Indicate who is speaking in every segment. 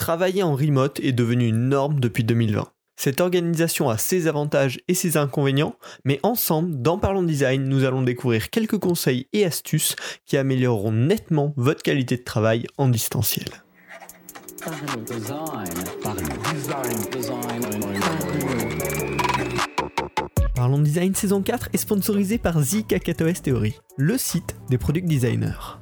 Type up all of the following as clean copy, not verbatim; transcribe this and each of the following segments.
Speaker 1: Travailler en remote est devenu une norme depuis 2020. Cette organisation a ses avantages et ses inconvénients, mais ensemble, dans Parlons Design, nous allons découvrir quelques conseils et astuces qui amélioreront nettement votre qualité de travail en distanciel. Parlons Design saison 4 est sponsorisé par The Kakatoes Theory, le site des product designers.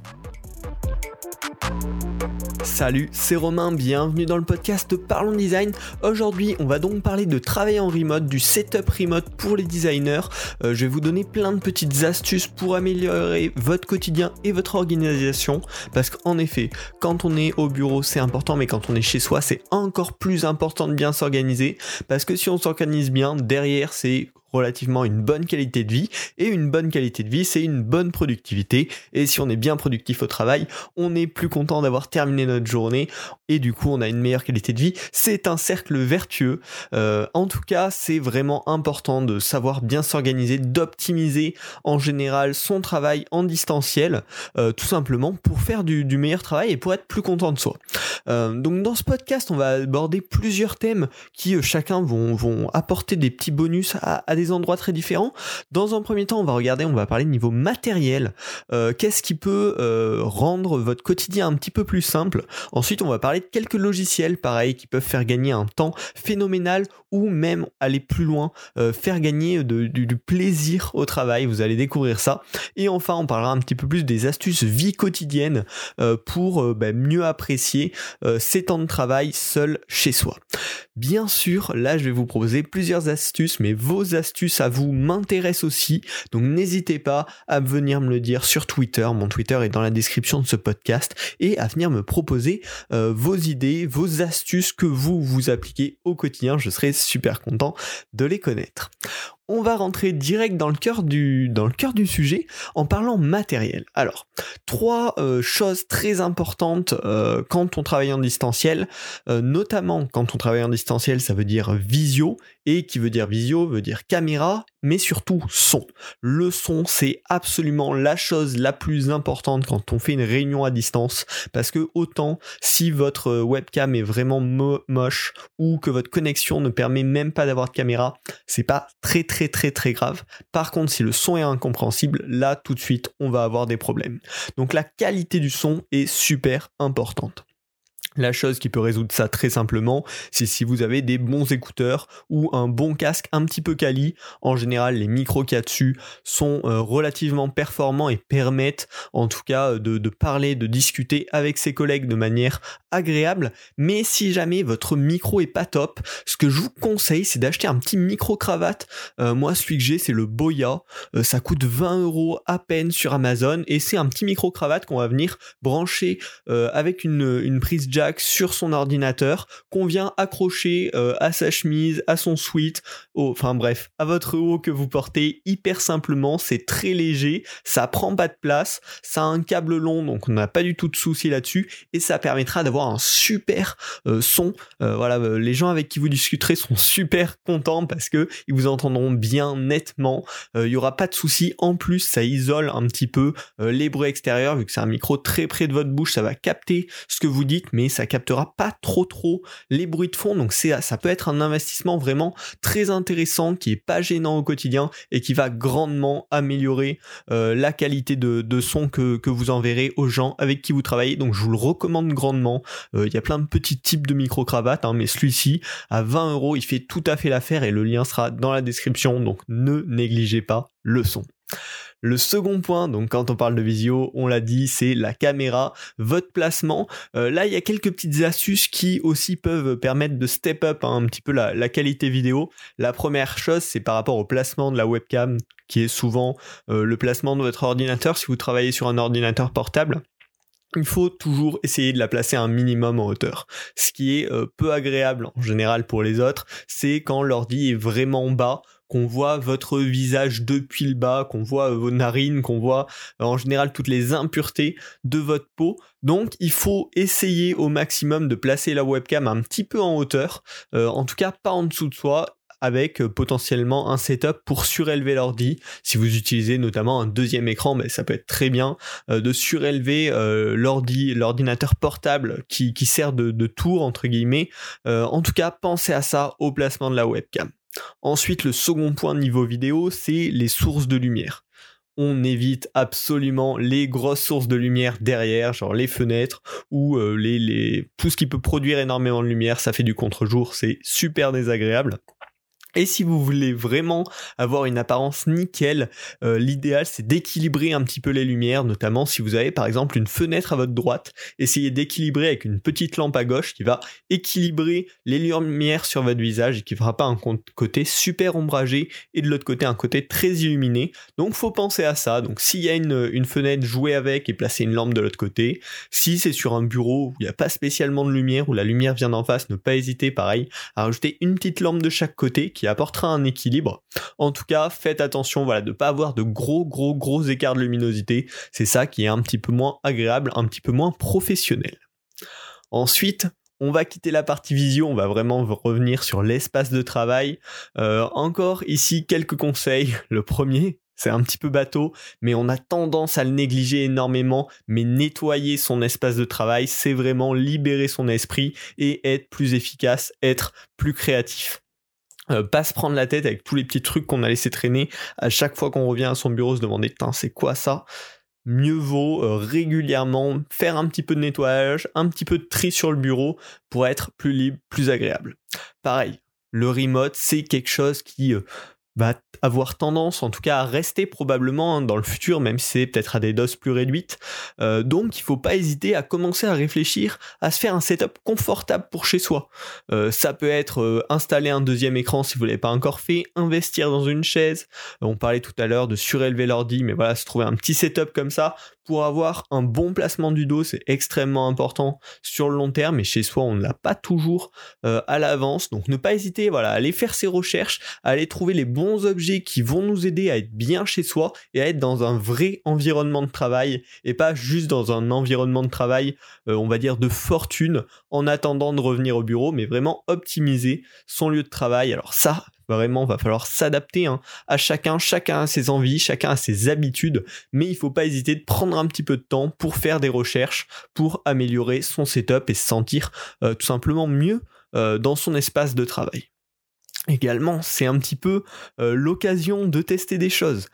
Speaker 1: Salut, c'est Romain, bienvenue dans le podcast Parlons Design. Aujourd'hui, on va donc parler de travailler en remote, du setup remote pour les designers. Je vais vous donner plein de petites astuces pour améliorer votre quotidien et votre organisation. Parce qu'en effet, quand on est au bureau, c'est important, mais quand on est chez soi, c'est encore plus important de bien s'organiser. Parce que si on s'organise bien, derrière, c'est relativement une bonne qualité de vie, et une bonne qualité de vie, c'est une bonne productivité, et si on est bien productif au travail, on est plus content d'avoir terminé notre journée, et du coup on a une meilleure qualité de vie. C'est un cercle vertueux. En tout cas, c'est vraiment important de savoir bien s'organiser, d'optimiser en général son travail en distanciel, tout simplement pour faire du meilleur travail et pour être plus content de soi. Donc dans ce podcast, on va aborder plusieurs thèmes qui chacun vont apporter des petits bonus à des endroits très différents. Dans un premier temps, on va parler de niveau matériel. Qu'est-ce qui peut rendre votre quotidien un petit peu plus simple. Ensuite, on va parler de quelques logiciels, pareil, qui peuvent faire gagner un temps phénoménal ou même aller plus loin, faire gagner du plaisir au travail. Vous allez découvrir ça. Et enfin, on parlera un petit peu plus des astuces vie quotidienne pour mieux apprécier ces temps de travail seul chez soi. Bien sûr, là, je vais vous proposer plusieurs astuces, mais vos astuces à vous m'intéressent aussi, donc n'hésitez pas à venir me le dire sur Twitter, mon Twitter est dans la description de ce podcast, et à venir me proposer vos idées, vos astuces que vous appliquez au quotidien, je serai super content de les connaître. On va rentrer direct dans le cœur du sujet en parlant matériel. Alors, trois choses très importantes quand on travaille en distanciel, notamment quand on travaille en distanciel, ça veut dire visio, et qui veut dire visio veut dire caméra, mais surtout son. Le son, c'est absolument la chose la plus importante quand on fait une réunion à distance, parce que autant si votre webcam est vraiment moche ou que votre connexion ne permet même pas d'avoir de caméra, c'est pas très grave. Par contre, si le son est incompréhensible, là tout de suite, on va avoir des problèmes. Donc la qualité du son est super importante. La chose qui peut résoudre ça très simplement, c'est si vous avez des bons écouteurs ou un bon casque un petit peu quali. En général, les micros qu'il y a dessus sont relativement performants et permettent en tout cas de parler, de discuter avec ses collègues de manière agréable. Mais si jamais votre micro est pas top, ce que je vous conseille, c'est d'acheter un petit micro-cravate. Moi, celui que j'ai, c'est le Boya. Ça coûte 20€ à peine sur Amazon et c'est un petit micro-cravate qu'on va venir brancher avec une prise jack sur son ordinateur qu'on vient accrocher à sa chemise, à son sweat, à votre haut que vous portez hyper simplement. C'est très léger, ça prend pas de place, ça a un câble long donc on n'a pas du tout de souci là-dessus et ça permettra d'avoir un super son. Les gens avec qui vous discuterez sont super contents parce que ils vous entendront bien nettement. Il y aura pas de souci. En plus, ça isole un petit peu les bruits extérieurs vu que c'est un micro très près de votre bouche. Ça va capter ce que vous dites, mais ça captera pas trop les bruits de fond, donc ça peut être un investissement vraiment très intéressant qui est pas gênant au quotidien et qui va grandement améliorer la qualité de son que vous enverrez aux gens avec qui vous travaillez. Donc je vous le recommande grandement. Il y a plein de petits types de micro-cravates, mais celui-ci à 20€, il fait tout à fait l'affaire et le lien sera dans la description, donc ne négligez pas le son. Le second point, donc quand on parle de visio, on l'a dit, c'est la caméra, votre placement. Là, il y a quelques petites astuces qui aussi peuvent permettre de step up un petit peu la qualité vidéo. La première chose, c'est par rapport au placement de la webcam, qui est souvent le placement de votre ordinateur si vous travaillez sur un ordinateur portable. Il faut toujours essayer de la placer un minimum en hauteur. Ce qui est peu agréable en général pour les autres, c'est quand l'ordi est vraiment bas, qu'on voit votre visage depuis le bas, qu'on voit vos narines, qu'on voit en général toutes les impuretés de votre peau. Donc il faut essayer au maximum de placer la webcam un petit peu en hauteur, en tout cas pas en dessous de soi, avec potentiellement un setup pour surélever l'ordi. Si vous utilisez notamment un deuxième écran, ça peut être très bien de surélever l'ordinateur portable qui sert de tour entre guillemets. En tout cas, pensez à ça au placement de la webcam. Ensuite, le second point niveau vidéo, c'est les sources de lumière. On évite absolument les grosses sources de lumière derrière, genre les fenêtres ou tout ce qui peut produire énormément de lumière, ça fait du contre-jour, c'est super désagréable. Et si vous voulez vraiment avoir une apparence nickel, l'idéal c'est d'équilibrer un petit peu les lumières, notamment si vous avez par exemple une fenêtre à votre droite, essayez d'équilibrer avec une petite lampe à gauche qui va équilibrer les lumières sur votre visage et qui fera pas un côté super ombragé et de l'autre côté un côté très illuminé. Donc faut penser à ça. Donc s'il y a une fenêtre, jouez avec et placez une lampe de l'autre côté. Si c'est sur un bureau où il n'y a pas spécialement de lumière, où la lumière vient d'en face, ne pas hésiter pareil à rajouter une petite lampe de chaque côté qui apportera un équilibre. En tout cas, faites attention de ne pas avoir de gros écarts de luminosité. C'est ça qui est un petit peu moins agréable, un petit peu moins professionnel. Ensuite, on va quitter la partie visio, on va vraiment revenir sur l'espace de travail. Encore ici, quelques conseils. Le premier, c'est un petit peu bateau, mais on a tendance à le négliger énormément, mais nettoyer son espace de travail, c'est vraiment libérer son esprit et être plus efficace, être plus créatif. Pas se prendre la tête avec tous les petits trucs qu'on a laissé traîner à chaque fois qu'on revient à son bureau, se demander c'est quoi ça. Mieux vaut régulièrement faire un petit peu de nettoyage, un petit peu de tri sur le bureau pour être plus libre, plus agréable. Pareil, le remote c'est quelque chose qui va avoir tendance en tout cas à rester probablement dans le futur, même si c'est peut-être à des doses plus réduites. Donc il ne faut pas hésiter à commencer à réfléchir à se faire un setup confortable pour chez soi. Ça peut être installer un deuxième écran si vous ne l'avez pas encore fait, investir dans une chaise. On parlait tout à l'heure de surélever l'ordi, mais voilà, se trouver un petit setup comme ça pour avoir un bon placement du dos, c'est extrêmement important sur le long terme, et chez soi on ne l'a pas toujours à l'avance. Donc ne pas hésiter à aller faire ses recherches, à aller trouver les bons objets qui vont nous aider à être bien chez soi et à être dans un vrai environnement de travail et pas juste dans un environnement de travail on va dire de fortune en attendant de revenir au bureau, mais vraiment optimiser son lieu de travail. Alors ça vraiment va falloir s'adapter à chacun a ses envies, chacun a ses habitudes, mais il faut pas hésiter de prendre un petit peu de temps pour faire des recherches, pour améliorer son setup et se sentir tout simplement mieux dans son espace de travail. Également, c'est un petit peu l'occasion de tester des choses.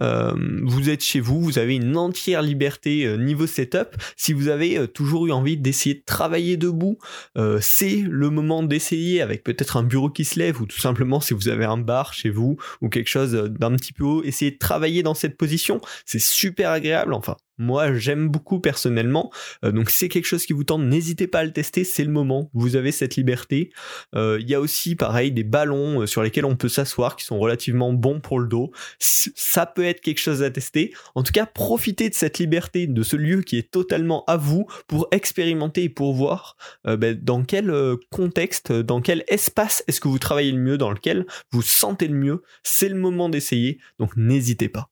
Speaker 1: Vous êtes chez vous, vous avez une entière liberté niveau setup. Si vous avez toujours eu envie d'essayer de travailler debout, c'est le moment d'essayer avec peut-être un bureau qui se lève, ou tout simplement si vous avez un bar chez vous ou quelque chose d'un petit peu haut, essayez de travailler dans cette position. C'est super agréable, enfin. Moi, j'aime beaucoup personnellement, donc si c'est quelque chose qui vous tente, n'hésitez pas à le tester, c'est le moment, vous avez cette liberté. Il y a aussi, pareil, des ballons sur lesquels on peut s'asseoir, qui sont relativement bons pour le dos. Ça peut être quelque chose à tester. En tout cas, profitez de cette liberté, de ce lieu qui est totalement à vous, pour expérimenter et pour voir dans quel contexte, dans quel espace est-ce que vous travaillez le mieux, dans lequel vous sentez le mieux. C'est le moment d'essayer, donc n'hésitez pas.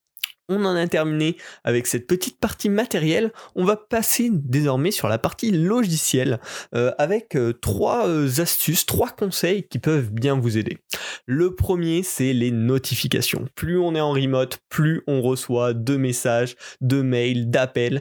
Speaker 1: On en a terminé avec cette petite partie matérielle. On va passer désormais sur la partie logicielle avec trois astuces, 3 conseils qui peuvent bien vous aider. Le premier, c'est les notifications. Plus on est en remote, plus on reçoit de messages, de mails, d'appels,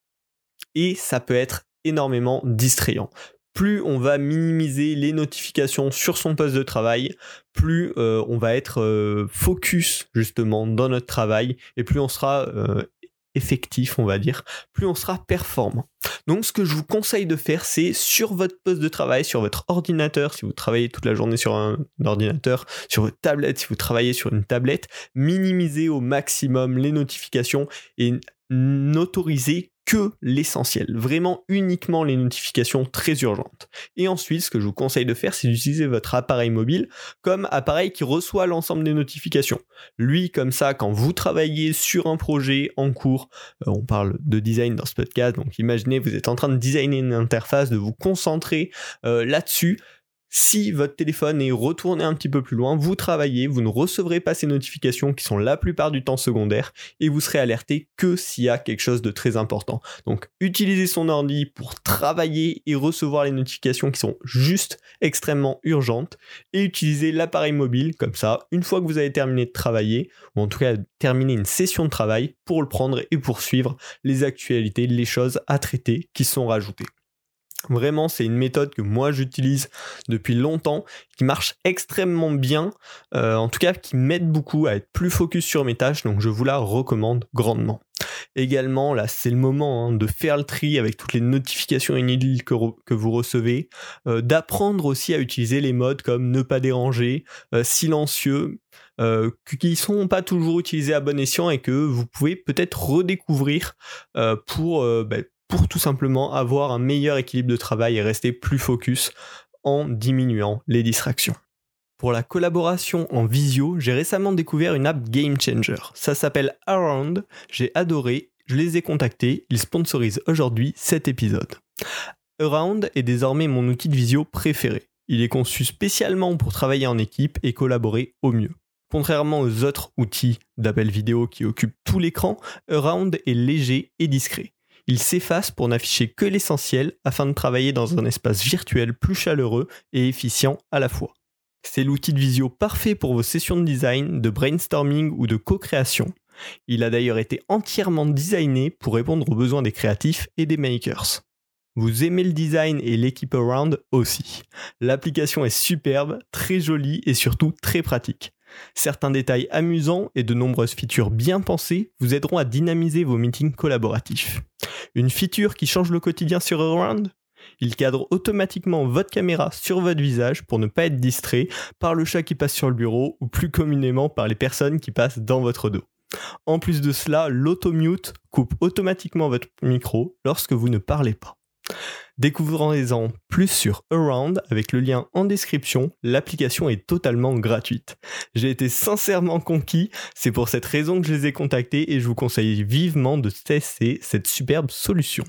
Speaker 1: et ça peut être énormément distrayant. Plus on va minimiser les notifications sur son poste de travail, plus on va être focus justement dans notre travail, et plus on sera effectif, on va dire, plus on sera performant. Donc ce que je vous conseille de faire, c'est sur votre poste de travail, sur votre ordinateur, si vous travaillez toute la journée sur un ordinateur, sur votre tablette, si vous travaillez sur une tablette, minimiser au maximum les notifications et n'autoriser que l'essentiel, vraiment uniquement les notifications très urgentes. Et ensuite, ce que je vous conseille de faire, c'est d'utiliser votre appareil mobile comme appareil qui reçoit l'ensemble des notifications. Lui, comme ça, quand vous travaillez sur un projet en cours, on parle de design dans ce podcast, donc imaginez, vous êtes en train de designer une interface, de vous concentrer là-dessus. Si votre téléphone est retourné un petit peu plus loin, vous travaillez, vous ne recevrez pas ces notifications qui sont la plupart du temps secondaires et vous serez alerté que s'il y a quelque chose de très important. Donc utilisez son ordi pour travailler et recevoir les notifications qui sont juste extrêmement urgentes et utilisez l'appareil mobile comme ça, une fois que vous avez terminé de travailler, ou en tout cas terminé une session de travail, pour le prendre et poursuivre les actualités, les choses à traiter qui sont rajoutées. Vraiment, c'est une méthode que moi j'utilise depuis longtemps, qui marche extrêmement bien, en tout cas qui m'aide beaucoup à être plus focus sur mes tâches, donc je vous la recommande grandement. Également, là c'est le moment de faire le tri avec toutes les notifications inutiles que vous recevez, d'apprendre aussi à utiliser les modes comme ne pas déranger, silencieux, qui ne sont pas toujours utilisés à bon escient et que vous pouvez peut-être redécouvrir pour tout simplement avoir un meilleur équilibre de travail et rester plus focus en diminuant les distractions. Pour la collaboration en visio, j'ai récemment découvert une app Game Changer. Ça s'appelle Around, j'ai adoré, je les ai contactés, ils sponsorisent aujourd'hui cet épisode. Around est désormais mon outil de visio préféré. Il est conçu spécialement pour travailler en équipe et collaborer au mieux. Contrairement aux autres outils d'appel vidéo qui occupent tout l'écran, Around est léger et discret. Il s'efface pour n'afficher que l'essentiel afin de travailler dans un espace virtuel plus chaleureux et efficient à la fois. C'est l'outil de visio parfait pour vos sessions de design, de brainstorming ou de co-création. Il a d'ailleurs été entièrement designé pour répondre aux besoins des créatifs et des makers. Vous aimez le design et l'équipe Around aussi. L'application est superbe, très jolie et surtout très pratique. Certains détails amusants et de nombreuses features bien pensées vous aideront à dynamiser vos meetings collaboratifs. Une feature qui change le quotidien sur Around ? Il cadre automatiquement votre caméra sur votre visage pour ne pas être distrait par le chat qui passe sur le bureau ou plus communément par les personnes qui passent dans votre dos. En plus de cela, l'auto-mute coupe automatiquement votre micro lorsque vous ne parlez pas. Découvrez-en plus sur Around avec le lien en description, l'application est totalement gratuite. J'ai été sincèrement conquis, c'est pour cette raison que je les ai contactés et je vous conseille vivement de tester cette superbe solution.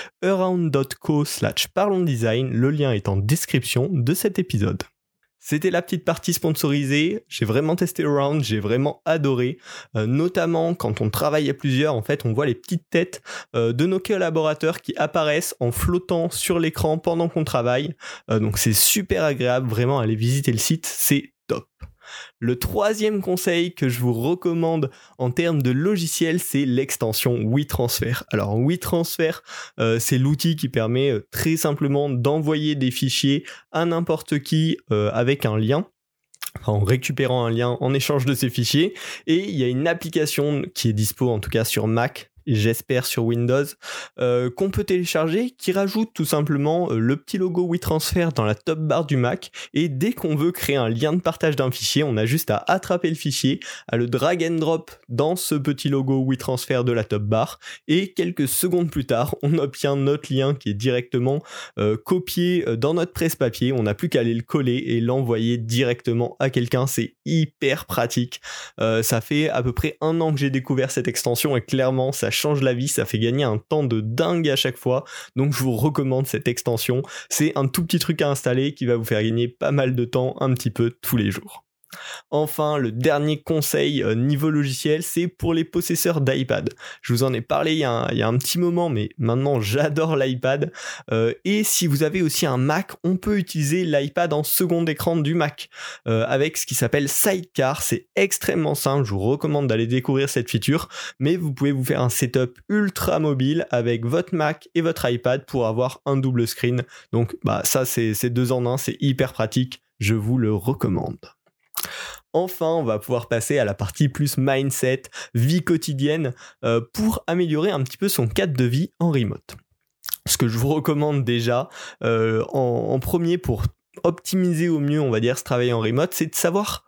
Speaker 1: Around.co/parlonsdesign, le lien est en description de cet épisode. C'était la petite partie sponsorisée, j'ai vraiment testé Around, j'ai vraiment adoré, notamment quand on travaille à plusieurs, en fait on voit les petites têtes de nos collaborateurs qui apparaissent en flottant sur l'écran pendant qu'on travaille, donc c'est super agréable, vraiment allez visiter le site, c'est top. Le troisième conseil que je vous recommande en termes de logiciel, c'est l'extension WeTransfer. Alors WeTransfer, c'est l'outil qui permet très simplement d'envoyer des fichiers à n'importe qui avec un lien. En récupérant un lien en échange de ces fichiers, et il y a une application qui est dispo en tout cas sur Mac, j'espère sur Windows, qu'on peut télécharger, qui rajoute tout simplement le petit logo WeTransfer dans la top bar du Mac, et dès qu'on veut créer un lien de partage d'un fichier, on a juste à attraper le fichier, à le drag and drop dans ce petit logo WeTransfer de la top bar, et quelques secondes plus tard, on obtient notre lien qui est directement copié dans notre presse-papier, on n'a plus qu'à aller le coller et l'envoyer directement à quelqu'un, c'est hyper pratique. Ça fait à peu près 1 an que j'ai découvert cette extension et clairement ça change la vie, ça fait gagner un temps de dingue à chaque fois, donc je vous recommande cette extension, c'est un tout petit truc à installer qui va vous faire gagner pas mal de temps un petit peu tous les jours. Enfin, le dernier conseil niveau logiciel, c'est pour les possesseurs d'iPad. Je vous en ai parlé il y a un petit moment, mais maintenant j'adore l'iPad. Et si vous avez aussi un Mac, on peut utiliser l'iPad en second écran du Mac avec ce qui s'appelle Sidecar. C'est extrêmement simple, je vous recommande d'aller découvrir cette feature, mais vous pouvez vous faire un setup ultra mobile avec votre Mac et votre iPad pour avoir un double screen. Donc ça c'est 2 en 1, c'est hyper pratique, je vous le recommande. Enfin, on va pouvoir passer à la partie plus mindset, vie quotidienne, pour améliorer un petit peu son cadre de vie en remote. Ce que je vous recommande déjà, en premier pour optimiser au mieux, on va dire, ce travail en remote, c'est de savoir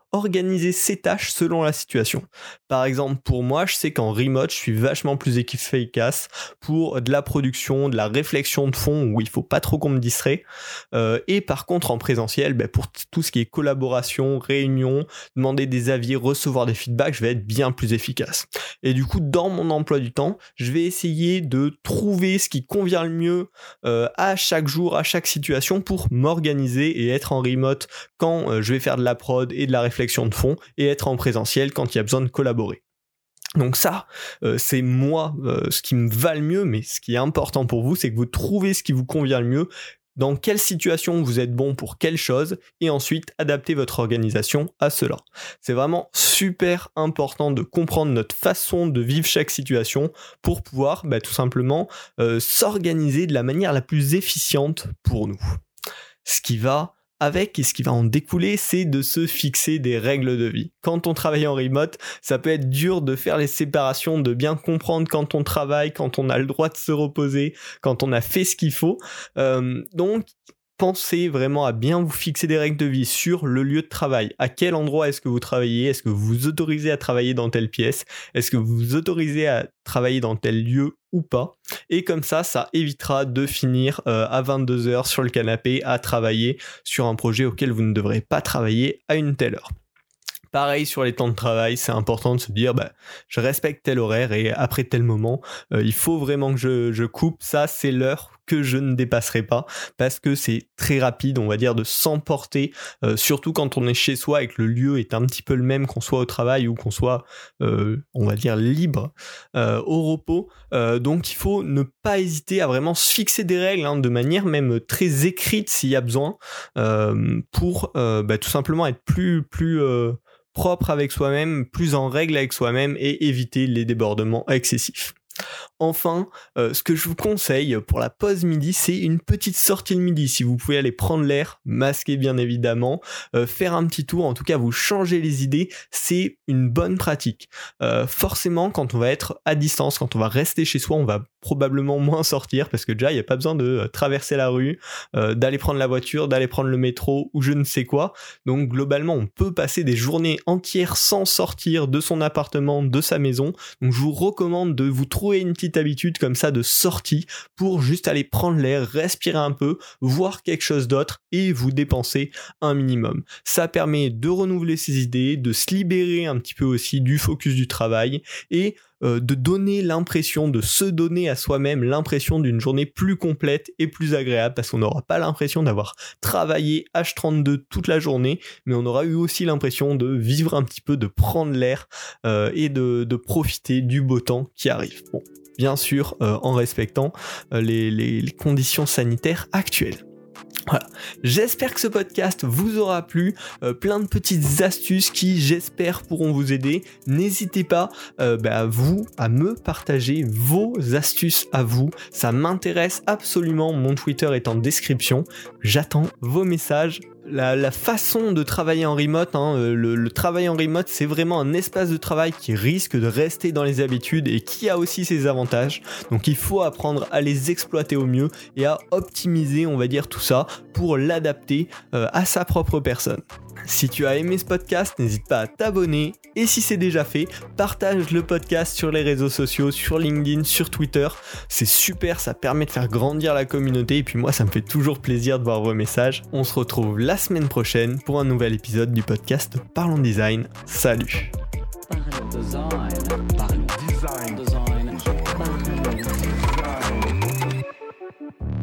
Speaker 1: organiser ses tâches selon la situation. Par exemple, pour moi, je sais qu'en remote, je suis vachement plus efficace pour de la production, de la réflexion de fond où il faut pas trop qu'on me distrait. Et par contre, en présentiel, pour tout ce qui est collaboration, réunion, demander des avis, recevoir des feedbacks, je vais être bien plus efficace. Et du coup, dans mon emploi du temps, je vais essayer de trouver ce qui convient le mieux à chaque jour, à chaque situation pour m'organiser et être en remote quand je vais faire de la prod et de la réflexion de fond et être en présentiel quand il y a besoin de collaborer. Donc ça, c'est moi ce qui me va le mieux, mais ce qui est important pour vous, c'est que vous trouvez ce qui vous convient le mieux, dans quelle situation vous êtes bon pour quelle chose, et ensuite adapter votre organisation à cela. C'est vraiment super important de comprendre notre façon de vivre chaque situation pour pouvoir tout simplement s'organiser de la manière la plus efficiente pour nous. Ce qui va avec et ce qui va en découler, c'est de se fixer des règles de vie. Quand on travaille en remote, ça peut être dur de faire les séparations, de bien comprendre quand on travaille, quand on a le droit de se reposer, quand on a fait ce qu'il faut. Donc, pensez vraiment à bien vous fixer des règles de vie sur le lieu de travail. À quel endroit est-ce que vous travaillez ? Est-ce que vous vous autorisez à travailler dans telle pièce ? Est-ce que vous vous autorisez à travailler dans tel lieu ou pas ? Et comme ça évitera de finir à 22h sur le canapé à travailler sur un projet auquel vous ne devrez pas travailler à une telle heure. Pareil sur les temps de travail, c'est important de se dire je respecte tel horaire et après tel moment, il faut vraiment que je coupe, ça c'est l'heure que je ne dépasserai pas parce que c'est très rapide, on va dire, de s'emporter, surtout quand on est chez soi et que le lieu est un petit peu le même qu'on soit au travail ou qu'on soit, on va dire, libre au repos. Donc il faut ne pas hésiter à vraiment se fixer des règles de manière même très écrite s'il y a besoin pour tout simplement être plus propre avec soi-même, plus en règle avec soi-même et éviter les débordements excessifs. Enfin, ce que je vous conseille pour la pause midi, c'est une petite sortie le midi. Si vous pouvez aller prendre l'air, masquer bien évidemment, faire un petit tour, en tout cas vous changer les idées, c'est une bonne pratique. Forcément, quand on va être à distance, quand on va rester chez soi, on va probablement moins sortir parce que déjà il n'y a pas besoin de traverser la rue, d'aller prendre la voiture, d'aller prendre le métro ou je ne sais quoi. Donc globalement, on peut passer des journées entières sans sortir de son appartement, de sa maison. Donc je vous recommande de vous trouver une petite habitude comme ça de sortie pour juste aller prendre l'air, respirer un peu, voir quelque chose d'autre et vous dépenser un minimum. Ça permet de renouveler ses idées, de se libérer un petit peu aussi du focus du travail et de donner l'impression, de se donner à soi-même l'impression d'une journée plus complète et plus agréable parce qu'on n'aura pas l'impression d'avoir travaillé H32 toute la journée, mais on aura eu aussi l'impression de vivre un petit peu, de prendre l'air et de profiter du beau temps qui arrive. Bon, bien sûr, en respectant les conditions sanitaires actuelles. Voilà, j'espère que ce podcast vous aura plu, plein de petites astuces qui j'espère pourront vous aider. N'hésitez pas à me partager vos astuces à vous, ça m'intéresse absolument, mon Twitter est en description, j'attends vos messages. La façon de travailler en remote, le travail en remote, c'est vraiment un espace de travail qui risque de rester dans les habitudes et qui a aussi ses avantages. Donc il faut apprendre à les exploiter au mieux et à optimiser, on va dire, tout ça pour l'adapter à sa propre personne. Si tu as aimé ce podcast, n'hésite pas à t'abonner et si c'est déjà fait, partage le podcast sur les réseaux sociaux, sur LinkedIn, sur Twitter. C'est super, ça permet de faire grandir la communauté et puis moi ça me fait toujours plaisir de voir vos messages. On se retrouve la semaine prochaine pour un nouvel épisode du podcast Parlons Design. Salut. Parlons Design.